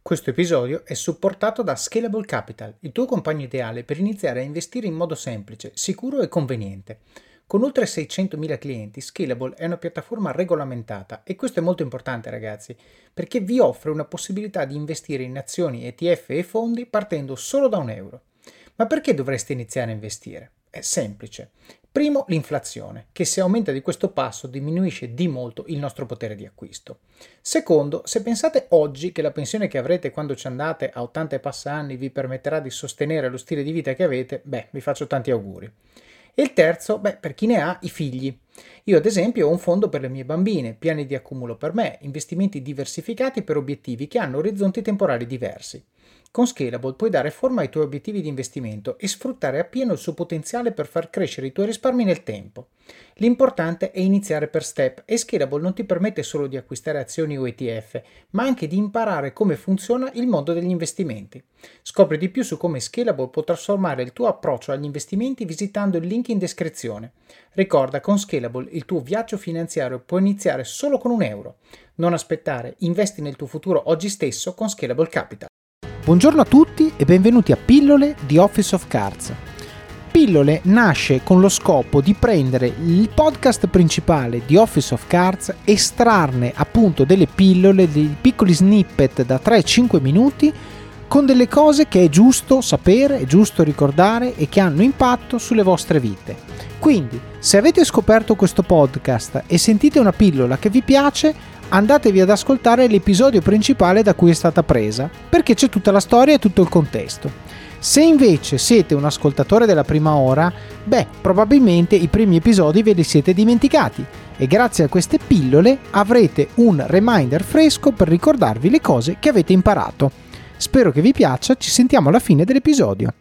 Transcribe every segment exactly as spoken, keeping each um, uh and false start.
Questo episodio è supportato da Scalable Capital, il tuo compagno ideale per iniziare a investire in modo semplice, sicuro e conveniente. Con oltre seicentomila clienti, Scalable è una piattaforma regolamentata e questo è molto importante, ragazzi, perché vi offre una possibilità di investire in azioni, E T F e fondi partendo solo da un euro. Ma perché dovreste iniziare a investire? È semplice. Primo, l'inflazione, che se aumenta di questo passo diminuisce di molto il nostro potere di acquisto. Secondo, se pensate oggi che la pensione che avrete quando ci andate a ottanta e passa anni vi permetterà di sostenere lo stile di vita che avete, beh, vi faccio tanti auguri. E il terzo, beh, per chi ne ha, i figli. Io ad esempio ho un fondo per le mie bambine, piani di accumulo per me, investimenti diversificati per obiettivi che hanno orizzonti temporali diversi. Con Scalable puoi dare forma ai tuoi obiettivi di investimento e sfruttare appieno il suo potenziale per far crescere i tuoi risparmi nel tempo. L'importante è iniziare per step e Scalable non ti permette solo di acquistare azioni o E T F, ma anche di imparare come funziona il mondo degli investimenti. Scopri di più su come Scalable può trasformare il tuo approccio agli investimenti visitando il link in descrizione. Ricorda, con Scalable il tuo viaggio finanziario può iniziare solo con un euro. Non aspettare, investi nel tuo futuro oggi stesso con Scalable Capital. Buongiorno a tutti e benvenuti a Pillole di Office of Cards. Pillole nasce con lo scopo di prendere il podcast principale di Office of Cards, estrarne appunto delle pillole, dei piccoli snippet da tre cinque minuti con delle cose che è giusto sapere, è giusto ricordare e che hanno impatto sulle vostre vite. Quindi, se avete scoperto questo podcast e sentite una pillola che vi piace, andatevi ad ascoltare l'episodio principale da cui è stata presa, perché c'è tutta la storia e tutto il contesto. Se invece siete un ascoltatore della prima ora, beh, probabilmente i primi episodi ve li siete dimenticati e grazie a queste pillole avrete un reminder fresco per ricordarvi le cose che avete imparato. Spero che vi piaccia, ci sentiamo alla fine dell'episodio.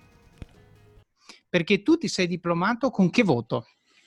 Perché tu ti sei diplomato con che voto?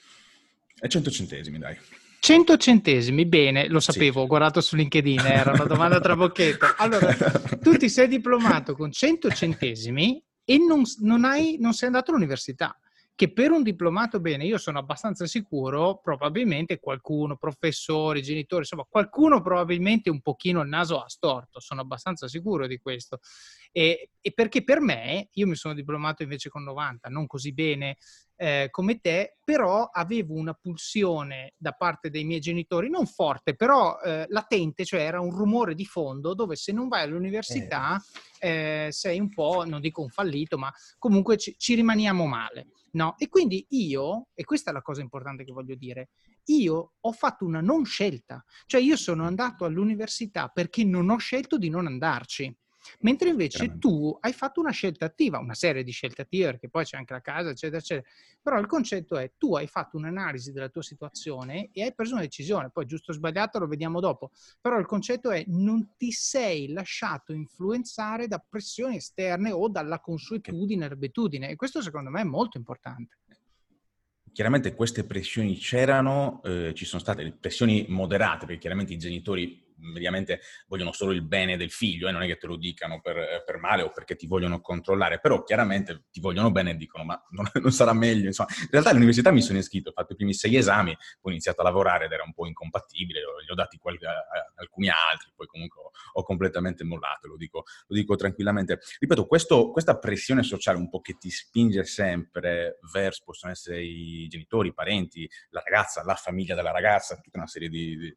E cento centesimi, dai. cento centesimi, bene, lo sapevo, Sì. ho guardato su LinkedIn, era una domanda trabocchetto. Allora, tu ti sei diplomato con cento centesimi e non, non, hai, non sei andato all'università, che per un diplomato, bene, io sono abbastanza sicuro, probabilmente qualcuno, professori, genitori, insomma, qualcuno probabilmente un pochino il naso ha storto, sono abbastanza sicuro di questo. E, e perché per me, io mi sono diplomato invece con novanta, non così bene eh, come te, però avevo una pulsione da parte dei miei genitori, non forte, però eh, latente, cioè era un rumore di fondo dove se non vai all'università eh, sei un po', non dico un fallito, ma comunque ci, ci rimaniamo male. No? E quindi io, e questa è la cosa importante che voglio dire, io ho fatto una non scelta, cioè io sono andato all'università perché non ho scelto di non andarci. Mentre invece tu hai fatto una scelta attiva, una serie di scelte attive, perché poi c'è anche la casa, eccetera, eccetera. Però il concetto è, tu hai fatto un'analisi della tua situazione e hai preso una decisione, poi giusto o sbagliato lo vediamo dopo. Però il concetto è, non ti sei lasciato influenzare da pressioni esterne o dalla consuetudine, l'abitudine. E questo secondo me è molto importante. Chiaramente queste pressioni c'erano, eh, ci sono state le pressioni moderate, perché chiaramente i genitori mediamente vogliono solo il bene del figlio, e eh, non è che te lo dicano per, per male o perché ti vogliono controllare, però chiaramente ti vogliono bene e dicono ma non, non sarà meglio, insomma. In realtà all'università mi sono iscritto, ho fatto i primi sei esami, poi ho iniziato a lavorare ed era un po' incompatibile, gli ho dati qual- alcuni altri, poi comunque ho, ho completamente mollato, lo dico, lo dico tranquillamente. Ripeto, questo, questa pressione sociale un po' che ti spinge sempre verso, possono essere i genitori, i parenti, la ragazza, la famiglia della ragazza, tutta una serie di, di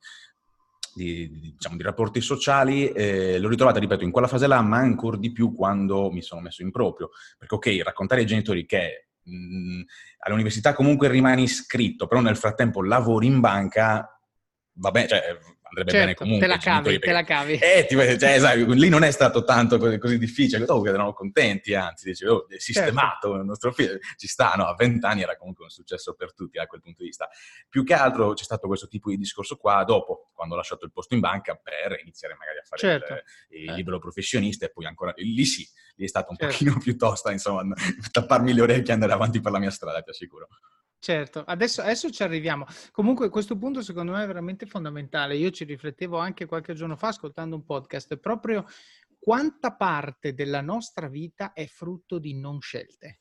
Di, di, diciamo, di rapporti sociali, eh, l'ho ritrovata, ripeto, in quella fase là, ma ancora di più quando mi sono messo in proprio. Perché, ok, raccontare ai genitori che mh, all'università comunque rimani iscritto, però nel frattempo lavori in banca, va bene, cioè andrebbe certo, bene comunque. Te la cavi, te la cavi. Eh, ti, cioè, esatto, lì non è stato tanto così, così difficile, dopo erano contenti, anzi, dice, oh, è sistemato, certo. Il nostro figlio ci sta, no, a vent'anni era comunque un successo per tutti da quel punto di vista. Più che altro c'è stato questo tipo di discorso qua dopo, quando ho lasciato il posto in banca, per iniziare magari a fare certo. il, il libero professionista, e poi ancora, lì sì, lì è stato un certo. pochino più tosta, insomma, tapparmi le orecchie e andare avanti per la mia strada, ti assicuro. Certo, adesso, adesso ci arriviamo. Comunque questo punto secondo me è veramente fondamentale. Io ci riflettevo anche qualche giorno fa ascoltando un podcast, proprio quanta parte della nostra vita è frutto di non scelte.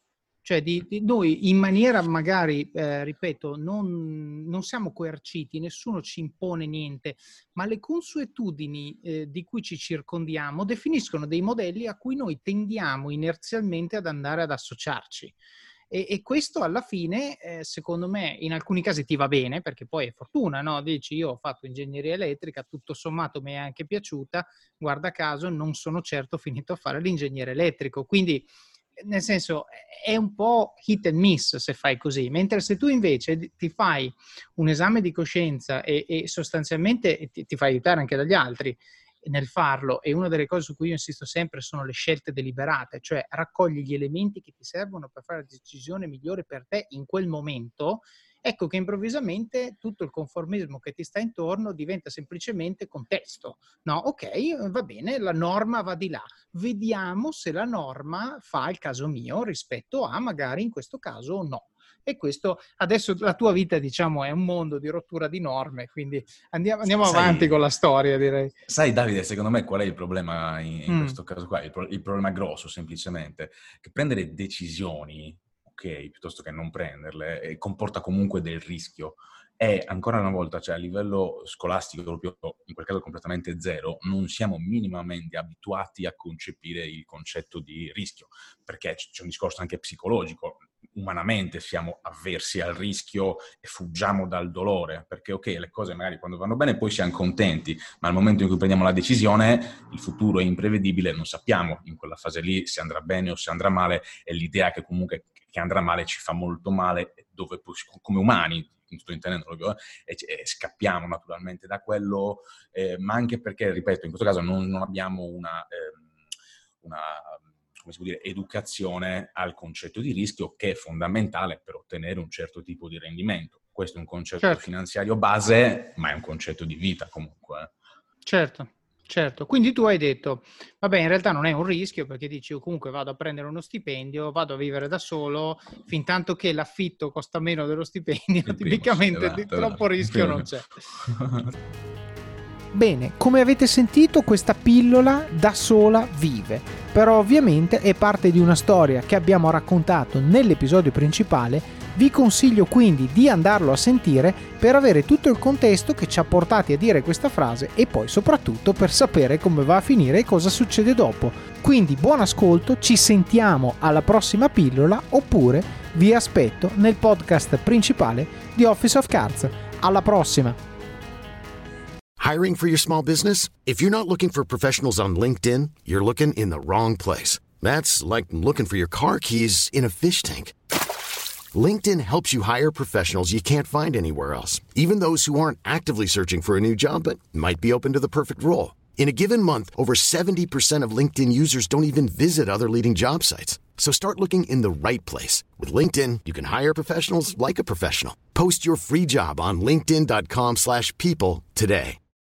Cioè di, di noi in maniera magari, eh, ripeto, non, non siamo coerciti, nessuno ci impone niente, ma le consuetudini eh, di cui ci circondiamo definiscono dei modelli a cui noi tendiamo inerzialmente ad andare ad associarci. E, e questo alla fine, eh, secondo me, in alcuni casi ti va bene, perché poi è fortuna, no? Dici, io ho fatto ingegneria elettrica, tutto sommato mi è anche piaciuta, guarda caso non sono certo finito a fare l'ingegnere elettrico, quindi nel senso è un po' hit and miss se fai così, mentre se tu invece ti fai un esame di coscienza e, e sostanzialmente ti, ti fai aiutare anche dagli altri nel farlo, e una delle cose su cui io insisto sempre sono le scelte deliberate, cioè raccogli gli elementi che ti servono per fare la decisione migliore per te in quel momento, ecco che improvvisamente tutto il conformismo che ti sta intorno diventa semplicemente contesto. No, ok, va bene, la norma va di là. Vediamo se la norma fa il caso mio rispetto a magari in questo caso no. E questo, adesso la tua vita, diciamo, è un mondo di rottura di norme, quindi andiamo, andiamo sai, avanti con la storia, direi. Sai, Davide, secondo me qual è il problema in, in mm. questo caso qua? Il, pro- il problema grosso, semplicemente, che prendere decisioni, ok, piuttosto che non prenderle, eh, comporta comunque del rischio. E ancora una volta, cioè a livello scolastico, proprio in quel caso completamente zero, non siamo minimamente abituati a concepire il concetto di rischio, perché c'è un discorso anche psicologico. Umanamente siamo avversi al rischio e fuggiamo dal dolore, perché ok, le cose magari quando vanno bene poi siamo contenti, ma al momento in cui prendiamo la decisione il futuro è imprevedibile, non sappiamo in quella fase lì se andrà bene o se andrà male, e l'idea che comunque che andrà male ci fa molto male, dove poi, come umani, sto intendendo proprio, e, e scappiamo naturalmente da quello, eh, ma anche perché, ripeto, in questo caso non, non abbiamo una, eh, una come si può dire, educazione al concetto di rischio, che è fondamentale per ottenere un certo tipo di rendimento. Questo è un concetto certo. finanziario base, ma è un concetto di vita comunque. Certo, certo. Quindi tu hai detto, vabbè, in realtà non è un rischio, perché dici, io comunque vado a prendere uno stipendio, vado a vivere da solo, fin tanto che l'affitto costa meno dello stipendio, il tipicamente primo, sì, esatto, troppo esatto. rischio non c'è. Bene, come avete sentito, questa pillola da sola vive, però ovviamente è parte di una storia che abbiamo raccontato nell'episodio principale. Vi consiglio quindi di andarlo a sentire per avere tutto il contesto che ci ha portati a dire questa frase, e poi soprattutto per sapere come va a finire e cosa succede dopo. Quindi buon ascolto, ci sentiamo alla prossima pillola, oppure vi aspetto nel podcast principale di Office of Cards. Alla prossima! Hiring for your small business? If you're not looking for professionals on LinkedIn, you're looking in the wrong place. That's like looking for your car keys in a fish tank. LinkedIn helps you hire professionals you can't find anywhere else, even those who aren't actively searching for a new job but might be open to the perfect role. In a given month, over seventy percent of LinkedIn users don't even visit other leading job sites. So start looking in the right place. With LinkedIn, you can hire professionals like a professional. Post your free job on linkedin dot com slash people today.